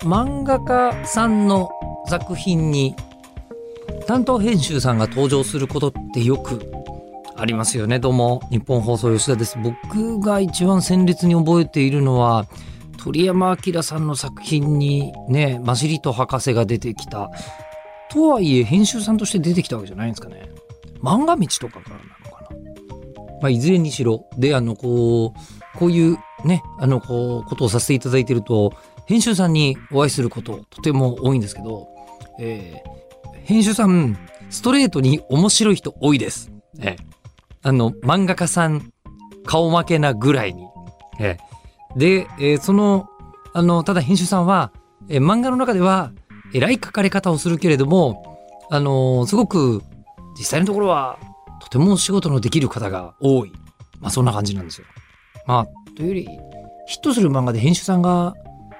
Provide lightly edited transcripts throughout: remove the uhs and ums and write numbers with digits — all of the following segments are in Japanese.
漫画家さんの作品に担当編集さんが登場することってよくありますよね。どうも、日本放送吉田です。僕が一番鮮烈に覚えているのは鳥山明さんの作品にね、マジリト博士が出てきたとはいえ編集さんとして出てきたわけじゃないんですかね。漫画道とかからなのかな。いずれにしろでこういうねことをさせていただいていると編集さんにお会いすることとても多いんですけど、編集さんストレートに面白い人多いです。漫画家さん顔負けなぐらいに。で、ただ編集さんは、漫画の中では偉い書かれ方をするけれども、すごく実際のところはとても仕事のできる方が多い。そんな感じなんですよ。というよりヒットする漫画で編集さんが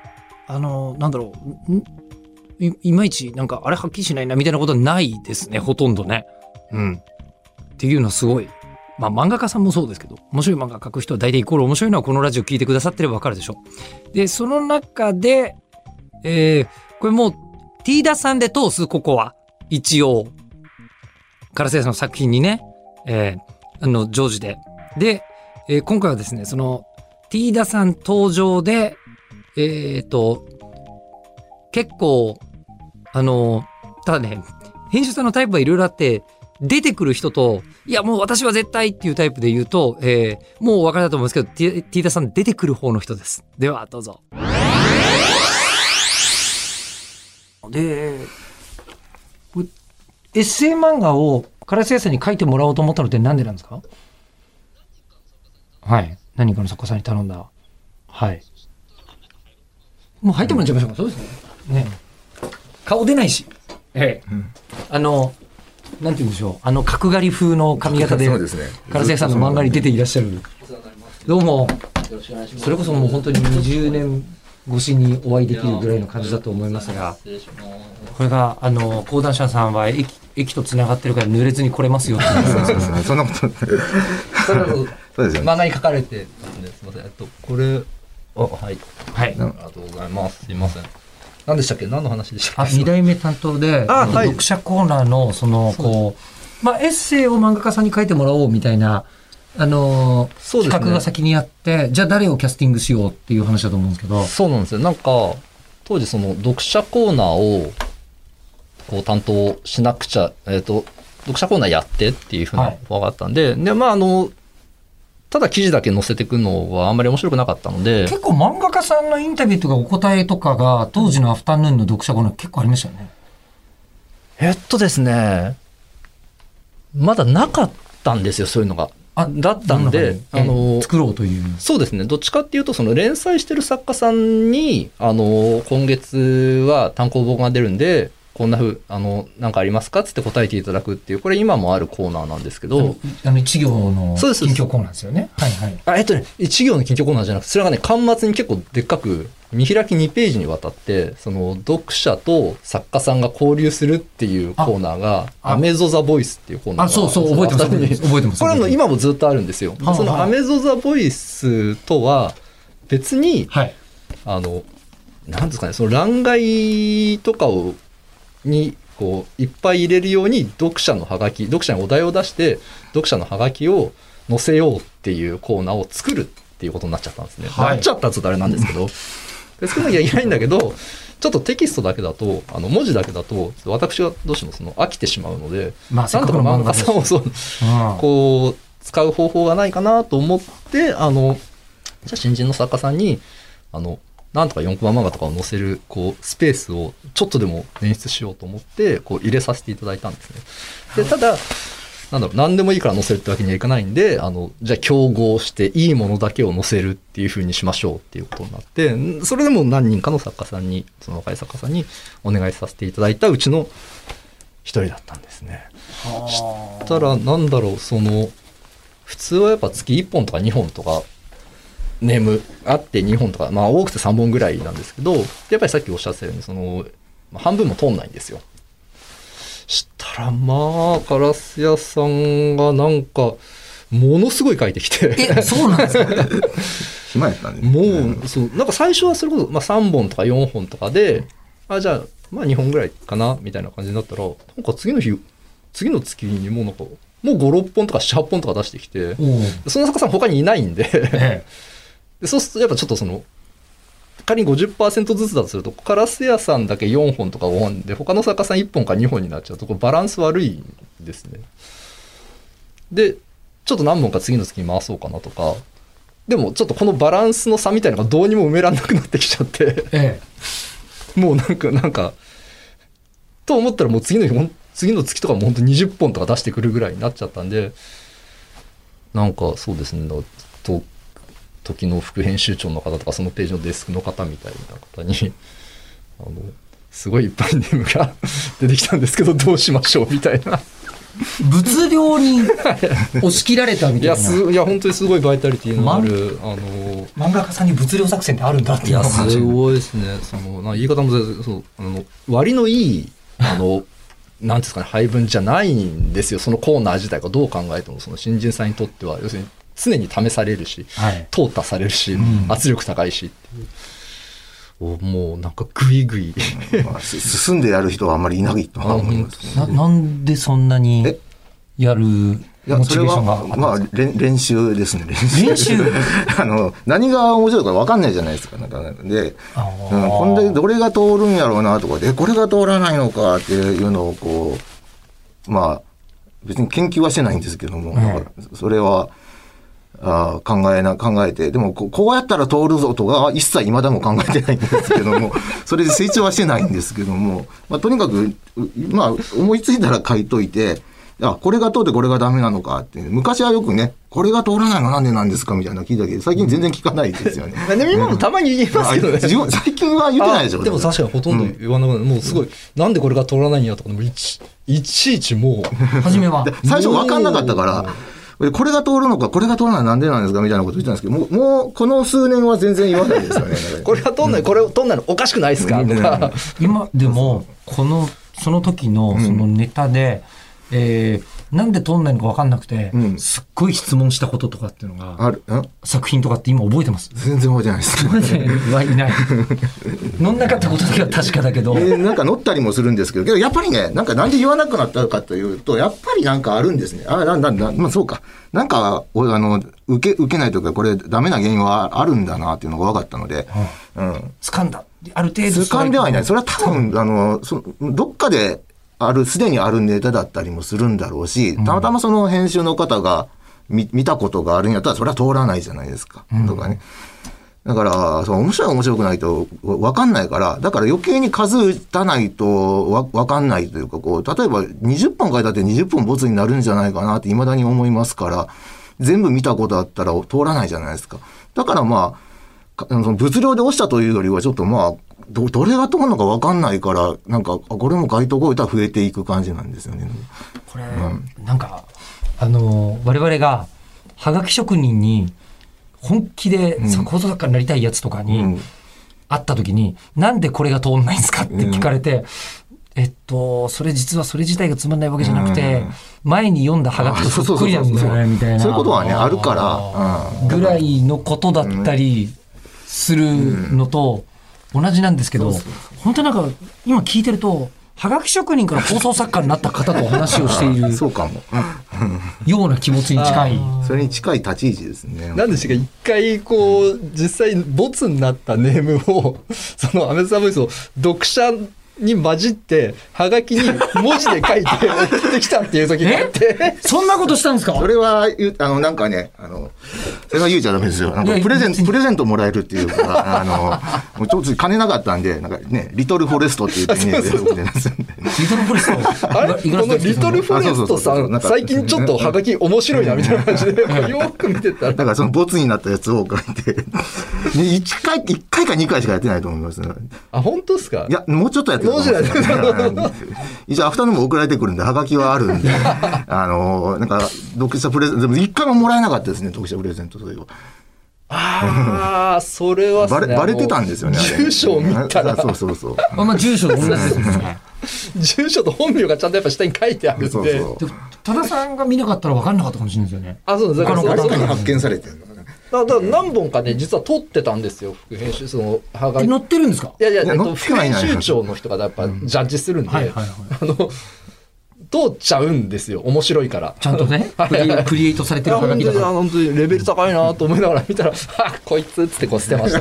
いまいちあれはっきりしないなみたいなことはないですね、ほとんどね。っていうのはすごい。漫画家さんもそうですけど、面白い漫画描く人は大体イコール面白いのはこのラジオ聞いてくださってれば分かるでしょ。でその中で、これもうティーダさんで通す、ここは一応カラス屋さんの作品にね、常時で今回はですね、そのティーダさん登場で結構ただね、編集さんのタイプはいろいろあって、出てくる人といやもう私は絶対っていうタイプで言うと、もうお分かりだと思うんですけど、ティーダさん出てくる方の人です。ではどうぞ。でエッセイ漫画をカラス屋さんに書いてもらおうと思ったのってなんでなんですか？はい、何人かの作家さんに頼んだ。はい、もう入ってもらっちゃいましょうか。そうですね。顔出ないし、なんて言うんでしょう、角刈り風の髪型でカラス屋さんの漫画に出ていらっしゃる。どうも、それこそもう本当に20年越しにお会いできるぐらいの感じだと思いますが、これが講談社さんは駅とつながってるから濡れずに来れますよっていうそんなことそうですよね。 漫画に書かれてたんですいません。これはい、ありがとうございます。すいません。何でしたっけ？何の話でしたっけ？ 2代目担当で、読者コーナーのエッセイを漫画家さんに書いてもらおうみたいな企画が先にあって、じゃあ誰をキャスティングしようっていう話だと思うんですけど。 そうなんですよ。当時その読者コーナーを担当しなくちゃ、読者コーナーやってっていうふうなのがあったんで、ただ記事だけ載せていくのはあんまり面白くなかったので、 結構漫画家さんのインタビューとかお答えとかが当時のアフタヌーンの読者コーナー結構ありましたよね。 ですね、まだなかったんですよ、そういうのが。だったんで、 作ろうという。 そうですね。どっちかっていうと、その連載してる作家さんに、今月は単行本が出るんで、こんななんかありますかっつって答えていただくっていう、これ今もあるコーナーなんですけど、 一行の近況コーナーですよね。 一行の近況コーナーじゃなくて、それがね、巻末に結構でっかく見開き2ページにわたって、その読者と作家さんが交流するっていうコーナーが、アメゾザボイスっていうコーナーが、 そう覚えてます。 これも今もずっとあるんですよ。そのアメゾザボイスとは別に、なんですかね、その欄外とかにいっぱい入れるように読者にお題を出して読者のハガキを載せようっていうコーナーを作るっていうことになっちゃったんですね。なっちゃったって言うとあれなんですけど、作らなきゃいけないんだけど、ちょっとテキストだけだと文字だけだと私はどうしても飽きてしまうので、なんとか漫画家さんを使う方法がないかなと思って、じゃあ新人の作家さんになんとか4コマ漫画とかを載せるスペースをちょっとでも演出しようと思って入れさせていただいたんですね。でただ何でもいいから載せるってわけにはいかないんで、じゃあ競合していいものだけを載せるっていう風にしましょうっていうことになって、それでも何人かの作家さんに、その若い作家さんにお願いさせていただいたうちの一人だったんですね。したら普通はやっぱ月1本とか2本とかネームあって2本とか、多くて3本ぐらいなんですけど、やっぱりさっきおっしゃってたように半分も通んないんですよ。したらカラス屋さんがものすごい書いてきてそうなんですか暇やったんで、 もうそうなんか最初はそれこそ、3本とか4本とかでじゃあ2本ぐらいかなみたいな感じになったら、なんか次の月にもうなんかもう5、6本とか7、8本とか出してきて、その作家さん他にいないんで、でそうするとやっぱちょっとその仮に 50% ずつだとするとカラス屋さんだけ4本とか5本で他の作家さん1本か2本になっちゃうとこれバランス悪いんですね。でちょっと何本か次の月に回そうかなとか、でもちょっとこのバランスの差みたいなのがどうにも埋められなくなってきちゃって、もうなんかと思ったらもう次の月とかも本当に20本とか出してくるぐらいになっちゃったんで、なんかそうですね時の副編集長の方とかそのページのデスクの方みたいな方にすごいいっぱいネームが出てきたんですけどどうしましょうみたいな物量に押し切られたみたいないや本当にすごいバイタリティのある漫画家さんに物量作戦ってあるんだっていうのがすごいですね。言い方も割のいいなんていうんですかね配分じゃないんですよ。そのコーナー自体がどう考えてもその新人さんにとっては要するに常に試されるし、淘汰されるし、圧力高いしっていうもうなんかグイグイ進んでやる人はあんまりいないと思いますね。 なんでそんなにやるモチベーションがあるんですか？ 練習ですね。 練習何が面白いか分かんないじゃないですか。で、こんでどれが通るんやろうなとかでこれが通らないのかっていうのをこう別に研究はしてないんですけども、それは考えてでもこうやったら通るぞとか一切今でも考えてないんですけどもそれで成長はしてないんですけども、とにかく思いついたら書いといてこれが通ってこれがダメなのかって昔はよくねこれが通らないのなんでなんですかみたいな聞いたけど最近全然聞かないですよね。 今もたまに言いますけどね。 最近は言ってないでしょ。 でも確かにほとんど言わなくなる、もうすごいなんでこれが通らないんやとかいちいちもう初めは最初分かんなかったからこれが通るのかこれが通らないなんでなんですかみたいなこと言ってたんですけどもうこの数年は全然言わないですよね。 これが通んない、これ通んないのおかしくないですかとか今でもその時のそのネタで、なんで通んないのか分かんなくて、すっごい質問したこととかっていうのがある作品とかって今覚えてます？ 全然覚えてないです。 いない乗んなかったことだけは確かだけど、 なんか乗ったりもするんですけどやっぱりねなんで言わなくなったかというとやっぱりなんかあるんですね。そうかなんか受けないというかこれダメな原因はあるんだなっていうのが分かったので、 掴んだある程度掴んではいない。それは多分どっかですでにあるネタだったりもするんだろうし、たまたまその編集の方が見たことがあるんやったらそれは通らないじゃないですか、とかね。だから面白くないと分かんないから、だから余計に数打たないと分かんないというか、例えば20本書いたって20本ボツになるんじゃないかなって未だに思いますから、全部見たことあったら通らないじゃないですか。だからその物量で押したというよりはちょっとどれが通るのか分かんないからなんかこれも書いとこうと増えていく感じなんですよね。 これ、なんか我々がはがき職人に本気で放送作家になりたいやつとかに会った時に、なんでこれが通んないんですかって聞かれて、それ実はそれ自体がつまんないわけじゃなくて、前に読んだはがきとそっくりなんだよねみたいな、 そういうことはねあるからぐらいのことだったりするのと同じなんですけど、本当なんか今聞いてるとはがき職人から放送作家になった方と話をしているそうかもような気持ちに近い、 それに近い立ち位置ですね。 なんでしか一回実際ボツになったネームをそのアメザボイスを読者に混じってはがきに文字で書いて送ってきたっていう時があってそんなことしたんですか？ それはなんかねそれは言うちゃダメですよ。なんかプレゼントもらえるっていうかもうちょっと金なかったんでなんかねリトルフォレストっていうイメージで送ってますんでリトルフォレストあれこのリトルフォレストさん最近ちょっとはがき面白いなみたいな感じでよく見てたらだからそのボツになったやつを書いて1回か2回しかやってないと思います。 本当ですか？ いやもうちょっとやってる一応アフタヌーンも送られてくるんではがきはあるんでなんか読者プレゼントでも1回ももらえなかったですね。読者プレゼントというそれはバレてたんですよね。 住所を見たらそう住所と同じですね住所と本名がちゃんとやっぱ下に書いてあるんで多田さんが見なかったら分かんなかったかもしれないですよね。 そうです。だからどっかに発見されてるのかな。 だから何本かね、実は撮ってたんですよ、副編集、はがき。 載ってるんですか？ いや、 載って副はいない編集長の人がやっぱジャッジするんで、通っちゃうんですよ、面白いから。 ちゃんとね、クリエイトされてるはがきだから。 本当にレベル高いなと思いながら見たら、こいつっつってこう捨てました。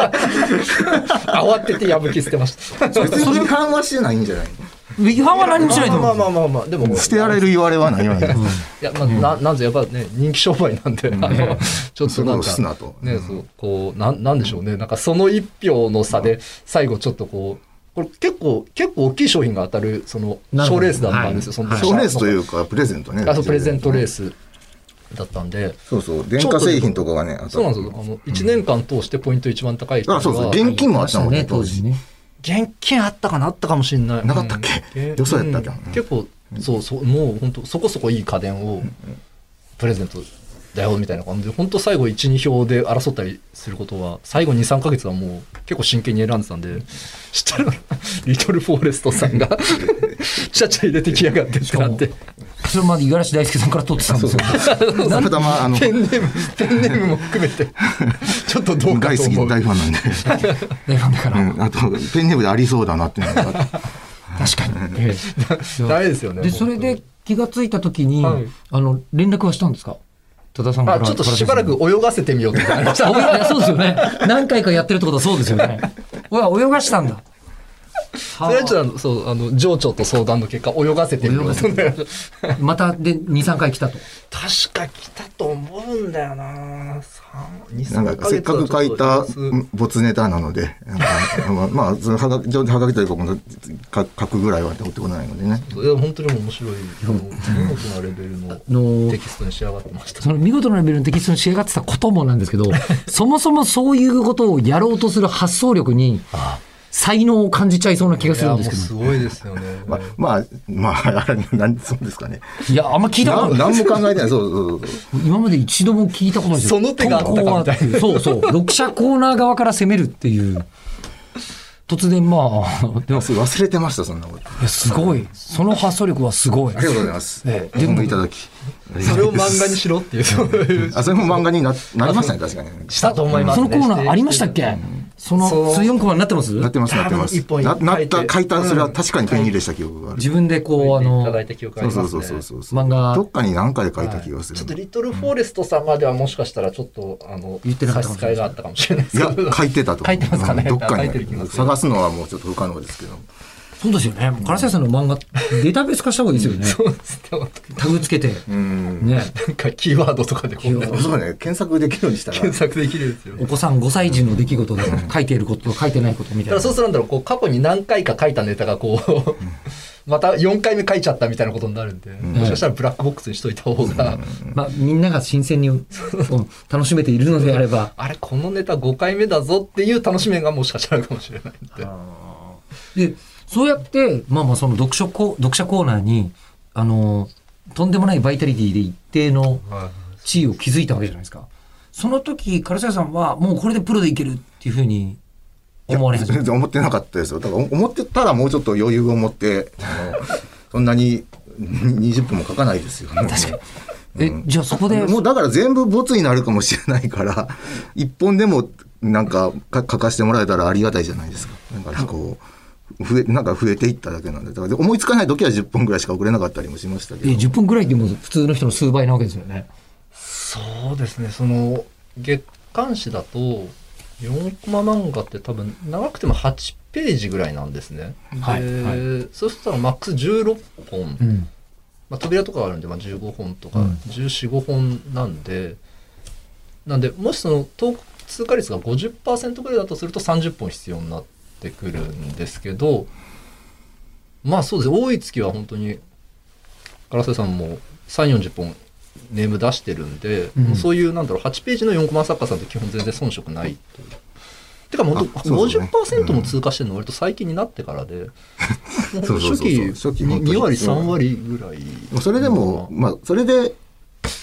慌てて破き捨てました。 それ批判はしてないんじゃないの？ 批判は何もしないと思う。 まあでも捨てられる言われはないわね。 いや、なんせやっぱね、人気商売なんで、ちょっとなんかね、こうなんでしょうね、なんかその一票の差で最後ちょっとこれ結構大きい商品が当たるその賞レースだったんですよ。賞レースというかプレゼントね。 プレゼントレースだったんで、 電化製品とかがね、 そうなんですよ。1年間通してポイント一番高い人が、 現金もあったもんね、当時ね。 現金あったかな、あったかもしれない。 なかったっけ？予想やったっけ？ 結構もう本当そこそこいい家電をプレゼントだよみたいな感じで、本当最後 1,2 票で争ったりすることは、最後 2,3 ヶ月はもう結構真剣に選んでたんで、知ったらリトルフォーレストさんがちゃちゃ入れてきやがってってなって。 それまで五十嵐大輔さんから取ってたんですよ。 ペンネームも含めてちょっとどうかと思う。 大ファンなんで。 大ファンだから。 あとペンネームでありそうだなっていうのが。 確かに。 ダメですよね。 でそれで気がついた時に連絡はしたんですか？多田さんから。 ちょっとしばらく泳がせてみようって思いました。 そうですよね。何回かやってるってことはそうですよね。泳がしたんだ。 それはちょっと情緒と相談の結果泳がせてみようと。 またで 2,3 回来たと。 確か来たと思うんだよな。 なんかせっかく書いた没ネタなので、まあはがきというか書くぐらいはってことないのでね。 本当に面白い見事なレベルのテキストに仕上がってました。 その見事なレベルのテキストに仕上がってたこともなんですけど、そもそもそういうことをやろうとする発想力に才能を感じちゃいそうな気がするんですけど。 すごいですよね。 まあそうですかね。 いや、あんま聞いたことない。 何も考えてない。そう。 今まで一度も聞いたことないですよ。 その手があったかみたいな。 そう。読者コーナー側から攻めるっていう。突然でも忘れてました、そんなこと。 すごい。その発想力はすごい。 ありがとうございます。全部いただき。 それを漫画にしろっていう。それも漫画になりましたね、確かに。 したと思います。 そのコーナーありましたっけ？その水4コマになってます？ なってます。書いた、それは確かにペンギンでした記憶がある。 自分でこういただいた記憶がありますね。 そう漫画どっかに何回書いた気がする。 ちょっとリトルフォーレストさんまではもしかしたらちょっと差し支えがあったかもしれないですけど。 いや書いてたと。 書いてますかね。 どっかに探すのはもうちょっと不可能ですけど。 そうですよね。唐沢さんの漫画データベース化した方がいいですよね。 そうですね。 タグつけてね。 なんかキーワードとかでそうね。検索できるようにしたら。 検索できるんですよ。 お子さん5歳児の出来事で書いていることと書いてないことみたいな。 そうするんだろう。過去に何回か書いたネタがまた4回目書いちゃったみたいなことになるんで、もしかしたらブラックボックスにしといた方が、 みんなが新鮮に楽しめているのであれば、 あれこのネタ5回目だぞっていう楽しみがもしかしたらあるかもしれないんで。そうやってその読者コーナーにとんでもないバイタリティで一定の地位を築いたわけじゃないですか。その時唐沢さんはもうこれでプロでいけるっていうふうに思われ始めた？ 全然思ってなかったですよ。だから思ってたらもうちょっと余裕を持ってそんなに20分も書かないですよ。 確かに。じゃあそこでもうだから全部ボツになるかもしれないから一本でもなんか書かせてもらえたらありがたいじゃないですか。だからこうなんか増えていっただけなんで、だから思いつかない時は10分ぐらいしか送れなかったりもしましたけど。 10分ぐらいでも普通の人の数倍なわけですよね。 そうですね。その月刊誌だと4コマ漫画って多分長くても8ページぐらいなんですね。そうしたらマックス16本、扉とかあるんで、15本とか14、15本なんで、もしその通過率が 50% ぐらいだとすると30本必要になってくるんですけど、そうですね。多い月は本当に唐瀬さんも3、40本ネーム出してるんで、もうそういう8ページの4コマ作家さんって基本全然遜色ないと。てかもう 50% も通過してるの割と最近になってからで、初期2割3割ぐらい。 それでもそれで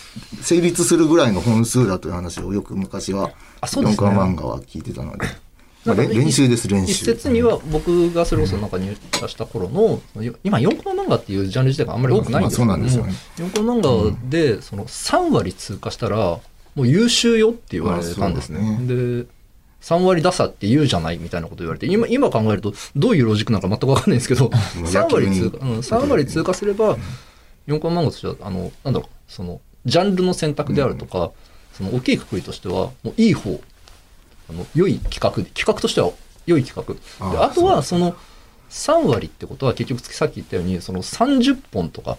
成立するぐらいの本数だという話をよく昔は4コマ漫画は聞いてたので。 練習です、練習。 一説には僕がそれこそなんか入社した頃の、今4コマ漫画っていうジャンル自体があんまり多くないんですけども、4コマ漫画でその3割通過したらもう優秀よって言われたんですね。で3割打差って言うじゃないみたいなこと言われて、今考えるとどういうロジックなのか全く分かんないんですけど3割通過すれば4コマ漫画としてはなんだろう、そのジャンルの選択であるとか、その大きい括りとしてはもういい方、良い企画としては良い企画で、あとはその3割ってことは結局さっき言ったようにその30本とか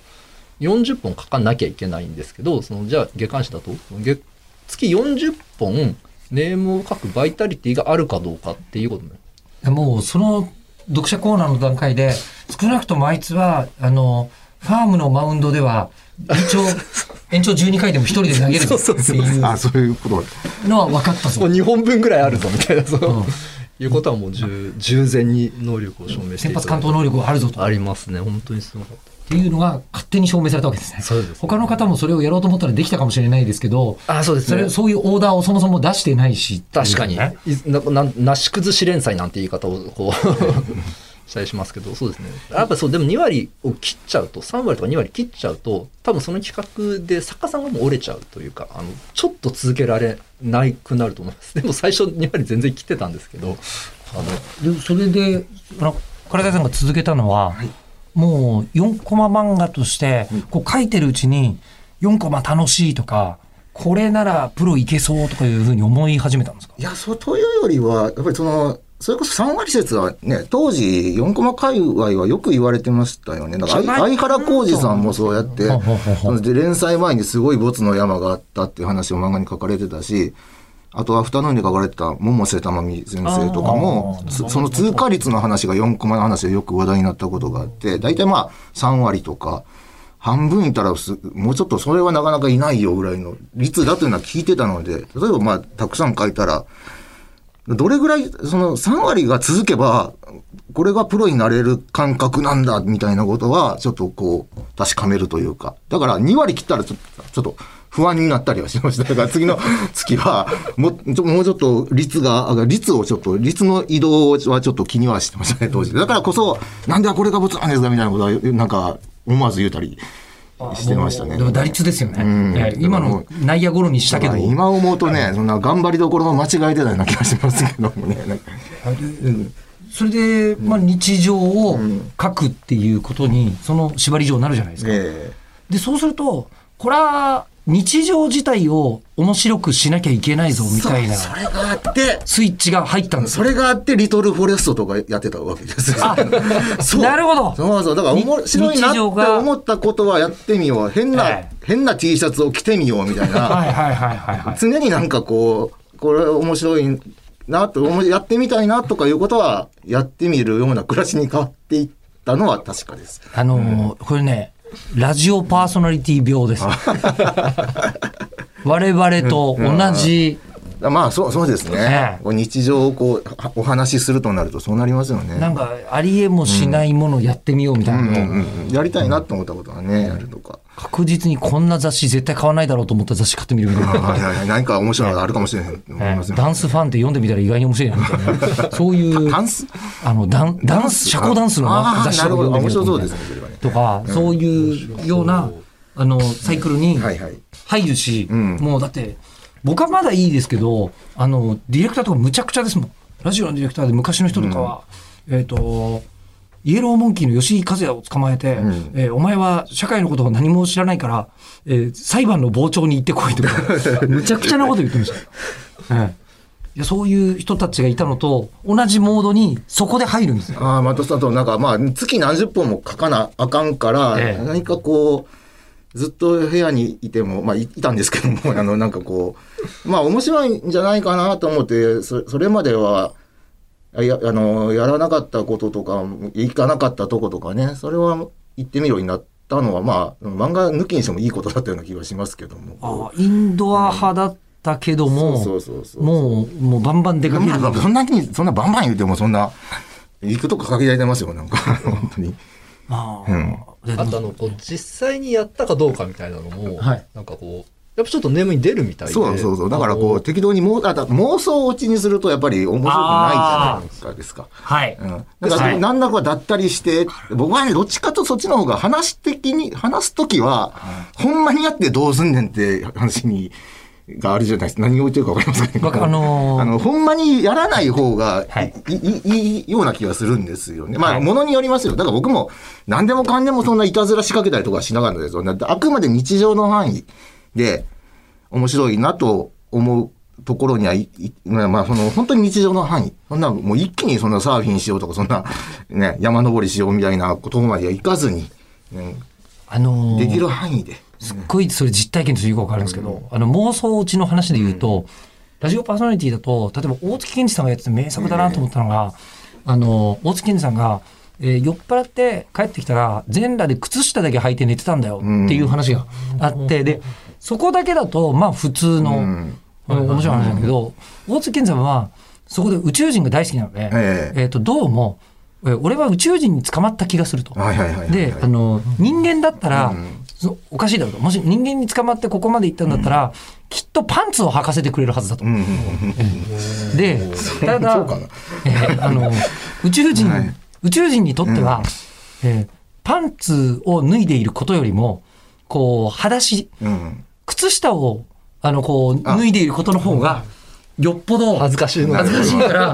40本書かなきゃいけないんですけど、そのじゃあ月刊誌だと月40本ネームを書くバイタリティがあるかどうかっていうことね。 もうその読者コーナーの段階で少なくともあいつはファームのマウンドでは延長12回でも一人で投げるっていうそういうことのは分かったぞ。 2本分ぐらいあるぞみたいな、いうことはもう従前に能力を証明して先発完投能力があるぞと。 ありますね、本当にすごかった。 っていうのが勝手に証明されたわけですね。 そうですね。 他の方もそれをやろうと思ったらできたかもしれないですけど、 そうですね。 そういうオーダーをそもそも出してないし。 確かに。なし崩し連載なんて言い方をこうしたりしますけど、そうですね。やっぱそうでも2割を切っちゃうと、3割とか2割切っちゃうと、多分その企画で作家さんがもう折れちゃうというか、ちょっと続けられなくなると思います。でも最初2割全然切ってたんですけど、 でそれで唐田さんが続けたのは。もう4コマ漫画としてこう書いてるうちに4コマ楽しいとかこれならプロいけそうとかいうふうに思い始めたんですか？ いや、そうというよりはやっぱりそれこそ3割説はね、当時4コマ界隈はよく言われてましたよね。だから相原浩二さんもそうやってで連載前にすごいボツの山があったっていう話を漫画に書かれてたし、あとアフタヌーンに書かれてた百瀬珠美先生とかもその通過率の話が4コマの話でよく話題になったことがあって、大体3割とか半分いたらもうちょっとそれはなかなかいないよぐらいの率だというのは聞いてたので、例えばたくさん書いたらどれぐらいその3割が続けばこれがプロになれる感覚なんだみたいなことはちょっとこう確かめるというか、だから2割切ったらちょっと不安になったりはしました。だから次の月はもうちょっと率の移動はちょっと気にはしてましたね、当時。だからこそなんでこれがボツなんですかみたいなことはなんか思わず言うたりしてましたね。 でも打率ですよね。今の内野ゴロにしたけど、 今思うとね、そんな頑張りどころの間違いでたような気がしますけどもね。 それで、日常を書くっていうことにその縛り上になるじゃないですか。でそうするとこれは日常自体を面白くしなきゃいけないぞみたいなそれがあってスイッチが入ったんですよ。 それがあってリトルフォレストとかやってたわけです。 なるほど。 そうだから面白いなって思ったことはやってみよう、変な T シャツを着てみようみたいな常になんかこれ面白いなとやってみたいなとかいうことはやってみるような暮らしに変わっていったのは確かです。 これねラジオパーソナリティ病です。我々と同じ、 そうですね。日常をお話しするとなるとそうなりますよね。 なんかありえもしないものをやってみようみたいなのをやりたいなと思ったことはね、やるとか。 確実にこんな雑誌絶対買わないだろうと思った雑誌買ってみるみたいな。 何か面白いのがあるかもしれない。 ダンスファンって読んでみたら意外に面白いなみたいな。そういうダンス社交ダンスの雑誌を読んでみるとか、そういうようなサイクルに入るし、もうだって僕はまだいいですけど、ディレクターとかむちゃくちゃですもん。ラジオのディレクターで昔の人とかは、イエローモンキーの吉井和也を捕まえて、お前は社会のことを何も知らないから、裁判の傍聴に行ってこいとかむちゃくちゃなこと言ってました。いやそういう人たちがいたのと同じモードにそこで入るんですよ。 なんか月何十本も書かなあかんから、何かずっと部屋にいても、いたんですけども、なんか面白いんじゃないかなと思って、それまでは、やらなかったこととか、行かなかったとことかね、それは行ってみるようになったのは、漫画抜きにしてもいいことだったような気がしますけども。 インドア派だったけども、もうバンバン出かける。 そんなバンバン言うても、そんな、行くとこ限られてますよ、なんか、本当に。 あと実際にやったかどうかみたいなのも、なんかやっぱちょっと眠いに出るみたいで。 そうだからこう適当に妄想落ちにするとやっぱり面白くないじゃないですか。 はい。 だから何らかだったりして、僕はねどっちかとそっちの方が話すときは、ほんまにやってどうすんねんって話があるじゃないですか。何を言ってるか分かりますかね。ほんまにやらない方がいいような気がするんですよね。まあ、ものによりますよ。だから僕も何でもかんでもそんないたずら仕掛けたりとかしなかったですよ。あくまで日常の範囲で面白いなと思うところにはまあ、本当に日常の範囲。そんな、もう一気にそんなサーフィンしようとか、そんな、ね、山登りしようみたいなことまではいかずに、できる範囲で。 すっごいそれ実体験としてよくわかるんですけど、妄想落ちの話で言うと、ラジオパーソナリティだと、例えば大月健二さんがやってて名作だなと思ったのが、大月健二さんが、酔っ払って帰ってきたら、全裸で靴下だけ履いて寝てたんだよっていう話があって、で、そこだけだと、まあ普通の、面白い話なんだけど、大月健二さんは、そこで宇宙人が大好きなので、どうも、俺は宇宙人に捕まった気がすると。で、人間だったら、おかしいだろうと。もし人間に捕まってここまで行ったんだったら、きっとパンツを履かせてくれるはずだと。で、ただ、宇宙人にとっては、パンツを脱いでいることよりも、こう、裸足、靴下を、こう、脱いでいることの方が、よっぽど恥ずかしいから、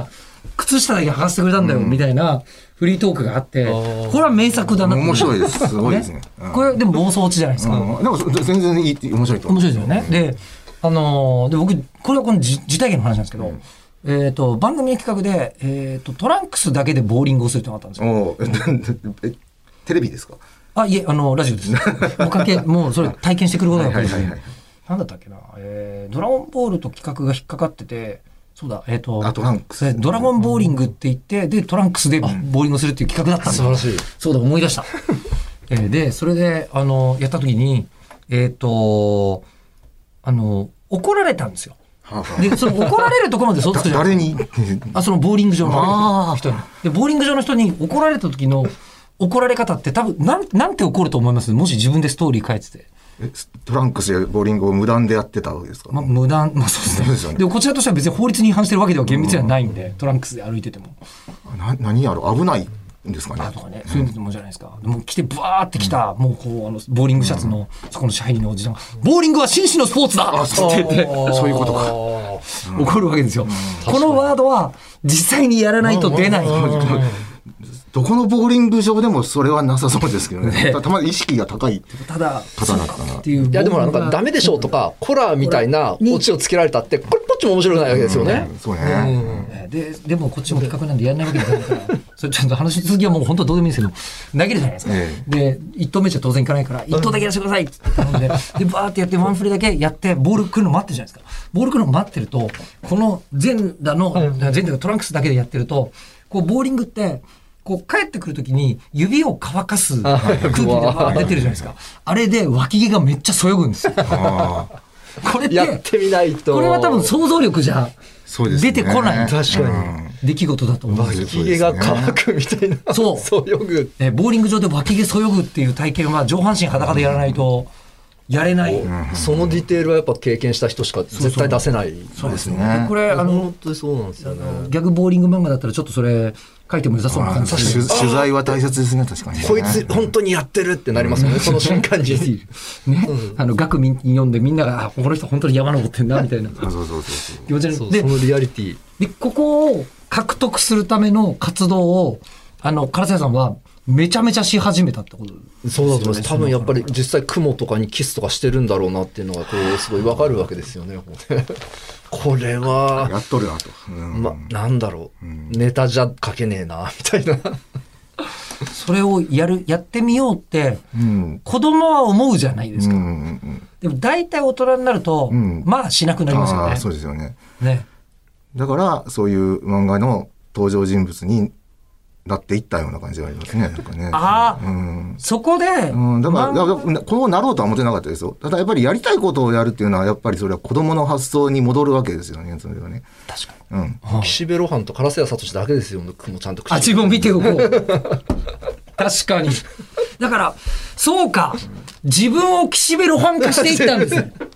靴下だけ履かせてくれたんだよ、みたいなフリートークがあって、これは名作だなって。 面白いです。すごいですね。 これでも妄想落ちじゃないですか。 でも全然いい、面白いと思う。 面白いですよね。で、僕、これはこの実体験の話なんですけど、番組の企画で、トランクスだけでボーリングをするってのがあったんですよ。 テレビですか？ いえ、ラジオです。もうそれ体験してくることがあって、なんだったっけな、ドラゴンボールと企画が引っかかってて、そうだ、 トランクス。 ドラゴンボーリングって言って、で、トランクスでボーリングするっていう企画だったんです。 素晴らしい。 そうだ、思い出した。で、それで、やった時に、怒られたんですよ。で、その怒られるところまで想像つくじゃないですか。 誰に？ そのボーリング場の人に。で、ボーリング場の人に怒られた時の怒られ方って多分、なんて怒ると思います？もし自分でストーリー書いてて。 トランクスやボーリングを無断でやってたわけですか？ 無断、そうですね。でもこちらとしては別に法律に違反してるわけでは厳密ではないんで、トランクスで歩いてても。 何やろ、危ないんですかね。 とかね、そういうのもじゃないですか。もう来てブワーって来た、もうこうボーリングシャツのそこの支配人のおじさんが、ボーリングは紳士のスポーツだって言って、 そういうことか。 怒るわけですよ。このワードは実際にやらないと出ない。 どこのボーリング場でもそれはなさそうですけどね。たまに意識が高いただ方だったなっていう。いやでもなんかダメでしょうとかコラーみたいなオチをつけられたってこれっちも面白くないわけですよね。 そうね。 でもこっちも企画なんでやらないわけじゃないからそれちゃんと話続きはもう本当どうでもいいんですけど投げるじゃないですか。で1投目じゃ当然いかないから1投だけやらせてくださいって頼んででバーってやってワンフレだけやってボール来るの待ってるじゃないですか。ボール来るの待ってるとこの全裸のトランクスだけでやってるとこうボーリングってこう帰ってくるときに指を乾かす空気が出てるじゃないですか。あれで脇毛がめっちゃそよぐんですよ。これってやってみないと。 これは多分想像力じゃ出てこない確かに出来事だと思うんですよ。 脇毛が乾くみたいな。 そう。 そよぐ。 ボーリング場で脇毛そよぐっていう体験は上半身裸でやらないとやれない。 そのディテールはやっぱ経験した人しか絶対出せない。 そうですね。これ本当にそうなんですよね。 ギャグボーリング漫画だったらちょっとそれ書いても良さそうな感じ。 取材は大切ですね、確かに。 こいつ本当にやってるってなりますよね、その瞬間に。 ね、学民読んでみんなが、この人本当に山登ってんな、みたいな。 そう。 で、 そのリアリティ。 で、ここを獲得するための活動を、唐瀬さんはめちゃめちゃし始めたってことですよね。 そうだと思います。多分やっぱり実際雲とかにキスとかしてるんだろうなっていうのが、こう、すごいわかるわけですよね。これは、 やっとるなと。 なんだろう、ネタじゃ書けねえな、みたいな。 それをやってみようって、子供は思うじゃないですか。でも大体大人になると、まあしなくなりますよね。 そうですよね。 ね。 だから、そういう漫画の登場人物になっていったような感じがありますね。なんかね。そこで、 だからこうなろうとは思ってなかったですよ。ただやっぱりやりたいことをやるっていうのはやっぱりそれは子供の発想に戻るわけですよね。それはね。 確かに。 岸辺露伴と唐瀬谷聡だけですよ。雲ちゃんと口。 自分見ておこう。確かに。だからそうか。自分を岸辺露伴化していったんですよ。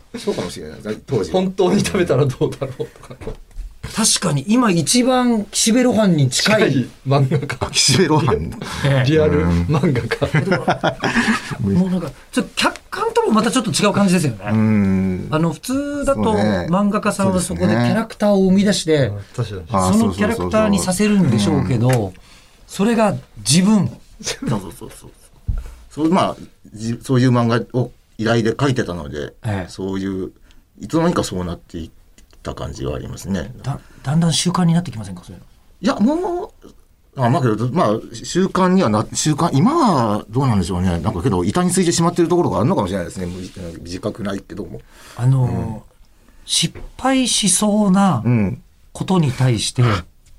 そうかもしれない当時本当に食べたらどうだろうとか確かに今一番岸辺露伴に近い漫画家岸辺露伴リアル漫画家もうなんかちょっと客観ともまたちょっと違う感じですよね。普通だと漫画家さんはそこでキャラクターを生み出してそのキャラクターにさせるんでしょうけど、それが自分そうまあそういう漫画を依頼で描いてたので、そういういつの間にかそうなっていった感じはありますね。 だんだん習慣になってきませんか、そういうの。 いやもうまあけど習慣には今はどうなんでしょうね。なんかけど板についてしまっているところがあるのかもしれないですね。自覚ないけども失敗しそうなことに対して、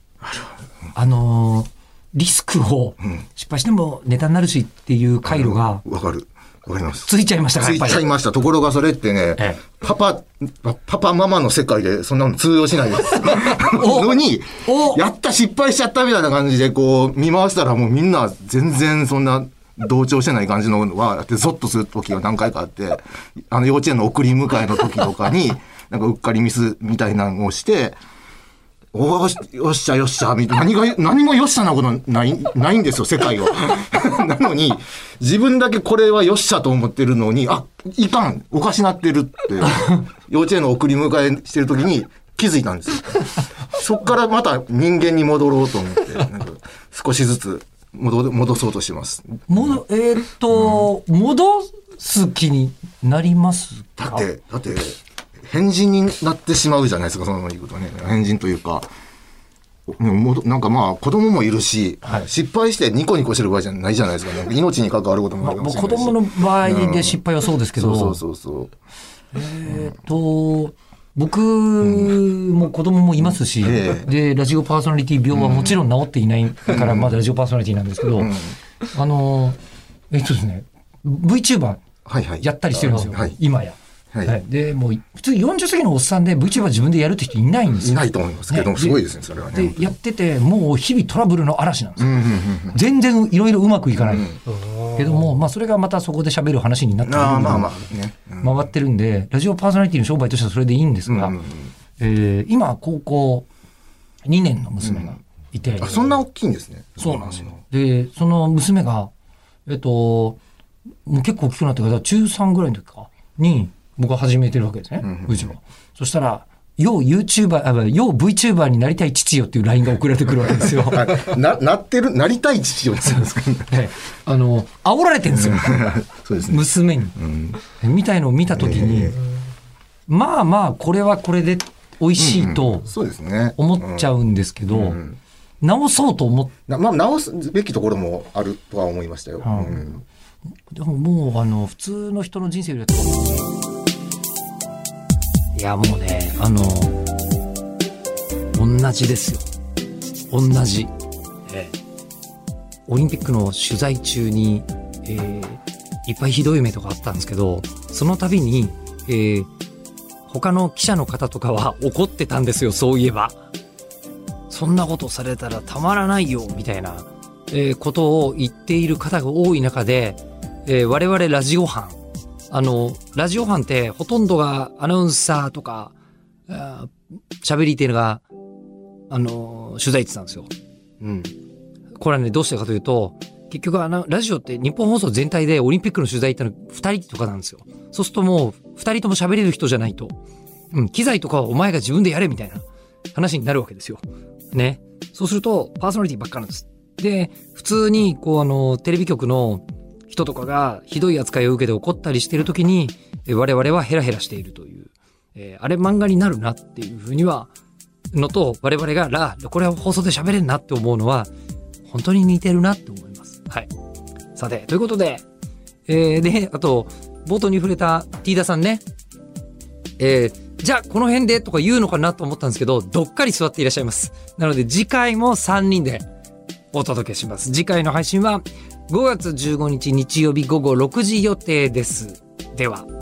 リスクを失敗してもネタになるしっていう回路がわかりますついちゃいましたか。 ついちゃいました。ところがそれってね、パパママの世界でそんなの通用しないですのにやった失敗しちゃったみたいな感じでこう見回したらもうみんな全然そんな同調してない感じのはゾッとする時が何回かあって、幼稚園の送り迎えの時とかになんかうっかりミスみたいなのをしてよっしゃよっしゃみたいな何もよっしゃなことないんですよ世界はなのに自分だけこれはよっしゃと思ってるのにいかんおかしなってるって幼稚園の送り迎えしてる時に気づいたんですよそっからまた人間に戻ろうと思ってなんか少しずつ戻そうとしてます。 戻す気になりますか。 だって変人になってしまうじゃないですか、そのまま言うとね。変人というか、なんかまあ子供もいるし、失敗してニコニコしてる場合じゃないじゃないですか。なんか命に関わることもあるかもしれないし。 子供の場合で失敗はそうですけど、僕も子供もいますし、でラジオパーソナリティ病はもちろん治っていないからまだラジオパーソナリティなんですけど、ですね、VTuber やったりしてるんですよ、今や。でもう普通40過ぎのおっさんで VTuber 自分でやるって人いないんですよ。 いないと思いますけど、すごいですねそれはね。 でやっててもう日々トラブルの嵐なんですよ。全然いろいろうまくいかない、けども、それがまたそこで喋る話になって回ってるんで、ラジオパーソナリティの商売としてはそれでいいんですが、今高校2年の娘がいて、 そんな大きいんですね。 そうなんですよ。でその娘がもう結構大きくなってから中3ぐらいの時かに僕は始めてるわけですね、そしたら要 VTuber になりたい父よっていう LINE が送られてくるわけですよなりたい父よって言うんですかね煽られてるんですよそうですね、 娘に、みたいのを見た時に、まあこれはこれで美味しいと思っちゃうんですけど、直そうと思って直すべきところもあるとは思いましたよ、 でももう普通の人の人生よりいやもうね同じですよ、同じ、オリンピックの取材中に、いっぱいひどい目とかあったんですけど、その度に、他の記者の方とかは怒ってたんですよ。そういえばそんなことされたらたまらないよみたいな、ことを言っている方が多い中で、我々ラジオ班ラジオ班ってほとんどがアナウンサーとか喋り手が取材地なんですよ、これはねどうしてかというと、結局ラジオって日本放送全体でオリンピックの取材ってのは2人とかなんですよ。そうするともう2人とも喋れる人じゃないと、機材とかはお前が自分でやれみたいな話になるわけですよね。そうするとパーソナリティばっかなんです。で普通にテレビ局の人とかがひどい扱いを受けて怒ったりしているときに、我々はヘラヘラしているという、あれ漫画になるなっていうふうにはのと、我々がこれは放送で喋れんなって思うのは本当に似てるなって思います。はい。さてということで、であと冒頭に触れたティーダさんね、じゃあこの辺でとか言うのかなと思ったんですけど、どっかり座っていらっしゃいます。なので次回も3人でお届けします。次回の配信は5月15日日曜日午後6時予定です。では。